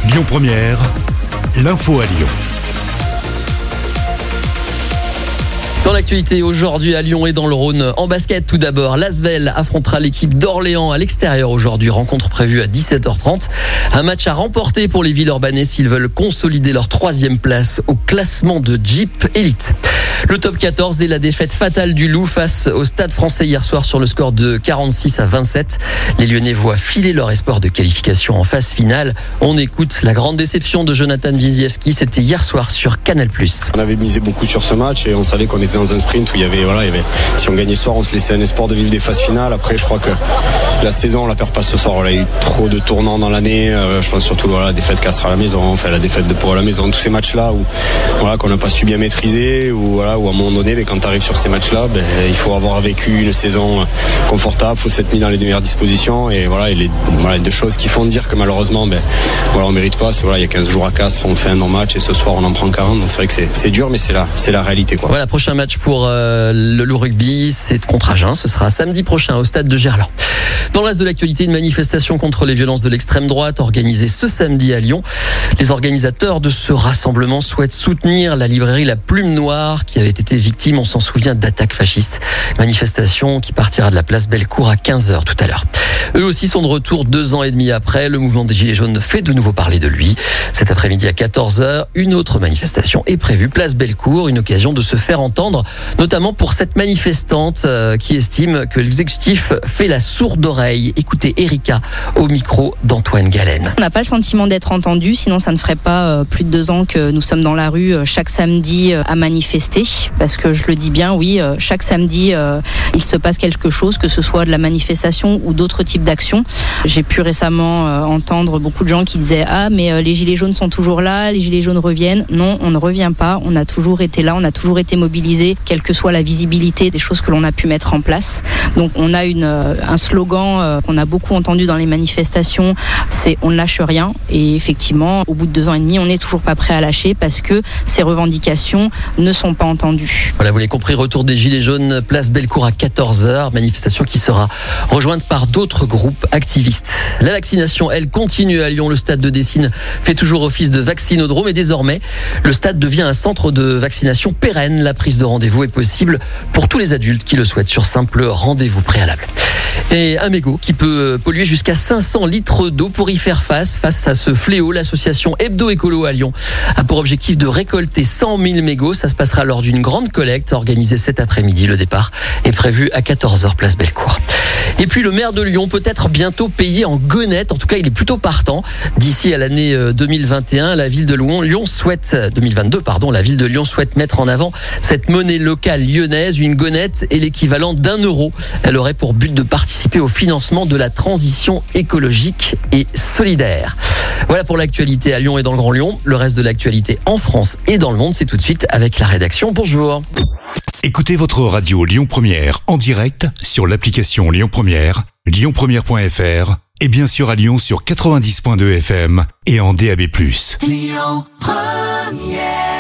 Lyon Première, l'info à Lyon. Dans l'actualité aujourd'hui à Lyon et dans le Rhône, en basket tout d'abord, l'Asvel affrontera l'équipe d'Orléans à l'extérieur aujourd'hui, rencontre prévue à 17h30. Un match à remporter pour les Villeurbanais s'ils veulent consolider leur 3e place au classement de Jeep Elite. Le top 14 et la défaite fatale du Loup face au Stade Français hier soir sur le score de 46-27. Les Lyonnais voient filer leur espoir de qualification en phase finale. On écoute la grande déception de Jonathan Wiziewski, c'était hier soir sur Canal+. On avait misé beaucoup sur ce match et on savait qu'on était dans un sprint où il y avait, si on gagnait ce soir, on se laissait un espoir de vivre des phases finales. Après, je crois que la saison, on la perd pas ce soir. Il y a eu trop de tournants dans l'année. Je pense surtout la défaite Castres à la maison, la défaite de Pau à la maison, tous ces matchs-là qu'on n'a pas su bien maîtriser, où à un moment donné, quand tu arrives sur ces matchs-là, il faut avoir vécu une saison confortable, il faut s'être mis dans les meilleures dispositions et les deux choses qui font dire que malheureusement, on mérite pas. Il y a 15 jours à Castres, on fait un non-match et ce soir on en prend 40. Donc c'est vrai que c'est dur, mais c'est la réalité, quoi. Voilà, prochain match pour le Loup Rugby, c'est contre Agen. Ce sera samedi prochain au stade de Gerland. Dans le reste de l'actualité, une manifestation contre les violences de l'extrême droite organisée ce samedi à Lyon. Les organisateurs de ce rassemblement souhaitent soutenir la librairie La Plume Noire qui avait été victime, on s'en souvient, d'attaques fascistes. Manifestation qui partira de la place Bellecour à 15h tout à l'heure. Eux aussi sont de retour 2 ans et demi après. Le mouvement des Gilets jaunes fait de nouveau parler de lui. Cet après-midi à 14h, une autre manifestation est prévue, place Bellecour, une occasion de se faire entendre, notamment pour cette manifestante qui estime que l'exécutif fait la sourde oreille. Écoutez Erika au micro d'Antoine Galen. On n'a pas le sentiment d'être entendu, sinon ça ne ferait pas plus de 2 ans que nous sommes dans la rue chaque samedi à manifester. Parce que je le dis bien, oui, chaque samedi, il se passe quelque chose, que ce soit de la manifestation ou d'autres types d'actions. J'ai pu récemment entendre beaucoup de gens qui disaient « Ah, mais les Gilets jaunes sont toujours là, les Gilets jaunes reviennent ». Non, on ne revient pas, on a toujours été là, on a toujours été mobilisés, quelle que soit la visibilité des choses que l'on a pu mettre en place. Donc on a un slogan qu'on a beaucoup entendu dans les manifestations, c'est « On ne lâche rien ». Et effectivement, au bout de 2 ans et demi, on n'est toujours pas prêt à lâcher parce que ces revendications ne sont pas entendues. Voilà, vous l'avez compris, retour des Gilets jaunes, place Bellecour à 14h, manifestation qui sera rejointe par d'autres groupes activistes. La vaccination, elle, continue à Lyon. Le stade de Dessines fait toujours office de vaccinodrome et désormais, le stade devient un centre de vaccination pérenne. La prise de rendez-vous est possible pour tous les adultes qui le souhaitent sur simple rendez-vous préalable. Et un mégot qui peut polluer jusqu'à 500 litres d'eau. Pour y faire face à ce fléau, l'association Hebdo Écolo à Lyon a pour objectif de récolter 100 000 mégots. Ça se passera lors d'une grande collecte organisée cet après-midi. Le départ est prévu à 14h, place Bellecour. Et puis le maire de Lyon peut être bientôt payé en gonettes. En tout cas, il est plutôt partant. D'ici à l'année 2021, la ville de Lyon souhaite mettre en avant cette monnaie locale lyonnaise. Une gonette est l'équivalent d'1 €. Elle aurait pour but de participer au financement de la transition écologique et solidaire. Voilà pour l'actualité à Lyon et dans le Grand Lyon. Le reste de l'actualité en France et dans le monde, c'est tout de suite avec la rédaction. Bonjour. Écoutez votre radio Lyon Première en direct sur l'application Lyon Première, lyonpremière.fr et bien sûr à Lyon sur 90.2 FM et en DAB+. Lyon Première.